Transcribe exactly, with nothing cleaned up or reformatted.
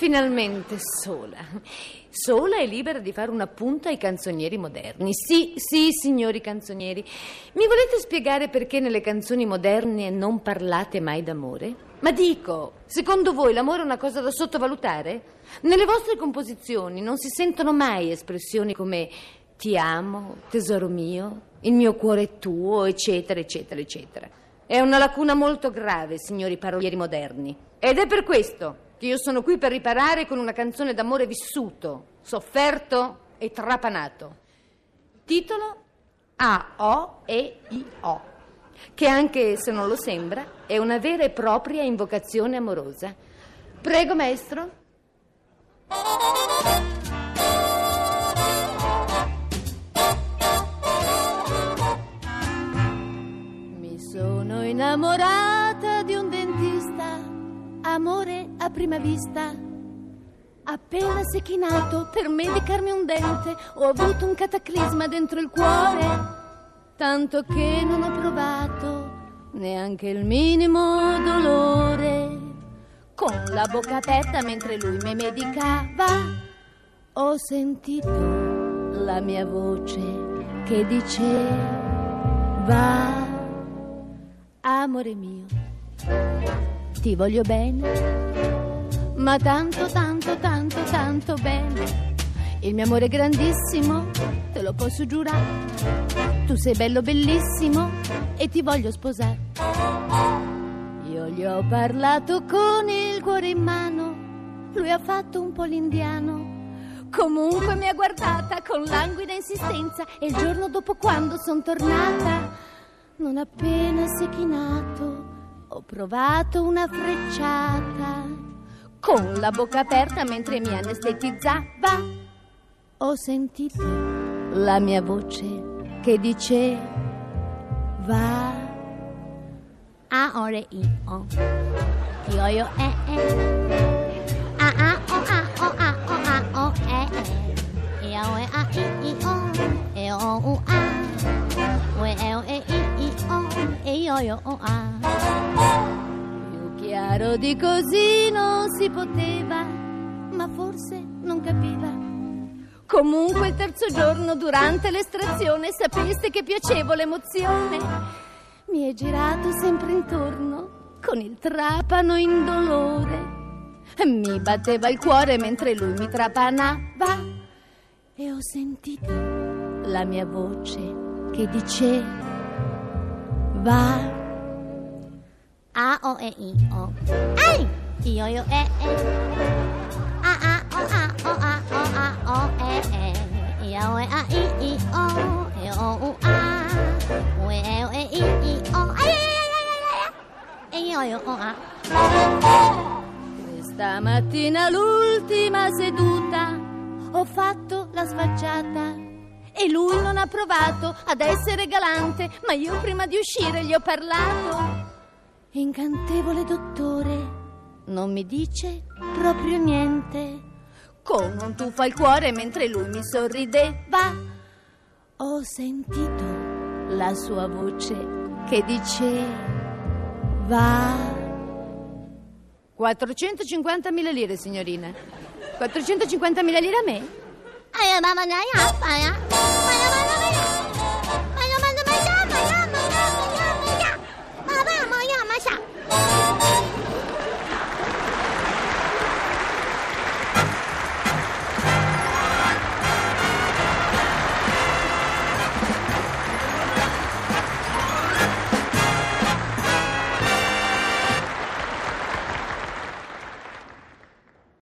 finalmente sola. Sola e libera di fare un appunto ai canzonieri moderni. Sì, sì, signori canzonieri. Mi volete spiegare perché nelle canzoni moderne non parlate mai d'amore? Ma dico, secondo voi l'amore è una cosa da sottovalutare? Nelle vostre composizioni non si sentono mai espressioni come ti amo, tesoro mio, il mio cuore è tuo, eccetera, eccetera, eccetera. È una lacuna molto grave, signori parolieri moderni. Ed è per questo che io sono qui per riparare con una canzone d'amore vissuto, sofferto e trapanato. Titolo A O E I O, che anche se non lo sembra è una vera e propria invocazione amorosa. Prego, maestro. Mi sono innamorata di un dentista, amore a prima vista. Appena si è chinato per medicarmi un dente, ho avuto un cataclisma dentro il cuore, tanto che non ho provato neanche il minimo dolore. Con la bocca aperta mentre lui mi medicava, ho sentito la mia voce che diceva: amore mio, ti voglio bene, ma tanto, tanto, tanto, tanto bene. Il mio amore è grandissimo, te lo posso giurare. Tu sei bello, bellissimo e ti voglio sposare. Io gli ho parlato con il cuore in mano, lui ha fatto un po' l'indiano. Comunque mi ha guardata con languida insistenza e il giorno dopo, quando son tornata, non appena si è chinato, ho provato una frecciata. Con la bocca aperta mentre mi anestetizzava, ho sentito la mia voce che diceva: A O R I O, I O io E E, A A O A O A O A O E E, I O E A I I O, E O U A, U E O E I I O, E I O io O A. Chiaro di così non si poteva, ma forse non capiva. Comunque il terzo giorno, durante l'estrazione, sapeste che piacevole emozione mi è girato sempre intorno con il trapano indolore. Mi batteva il cuore mentre lui mi trapanava e ho sentito la mia voce che diceva: A O E I O, ehi, I O io E E, A A O A O A O A O E E, I O E A I I O, E O U A, U E O E I I O, E I O io O A. Questa mattina l'ultima seduta ho fatto la sfacciata e lui non ha provato ad essere galante, ma io prima di uscire gli ho parlato. Incantevole dottore, non mi dice proprio niente. Con un tuffo al cuore mentre lui mi sorrideva, ho sentito la sua voce che diceva: quattrocentocinquantamila lire, signorina. quattrocentocinquantamila lire a me?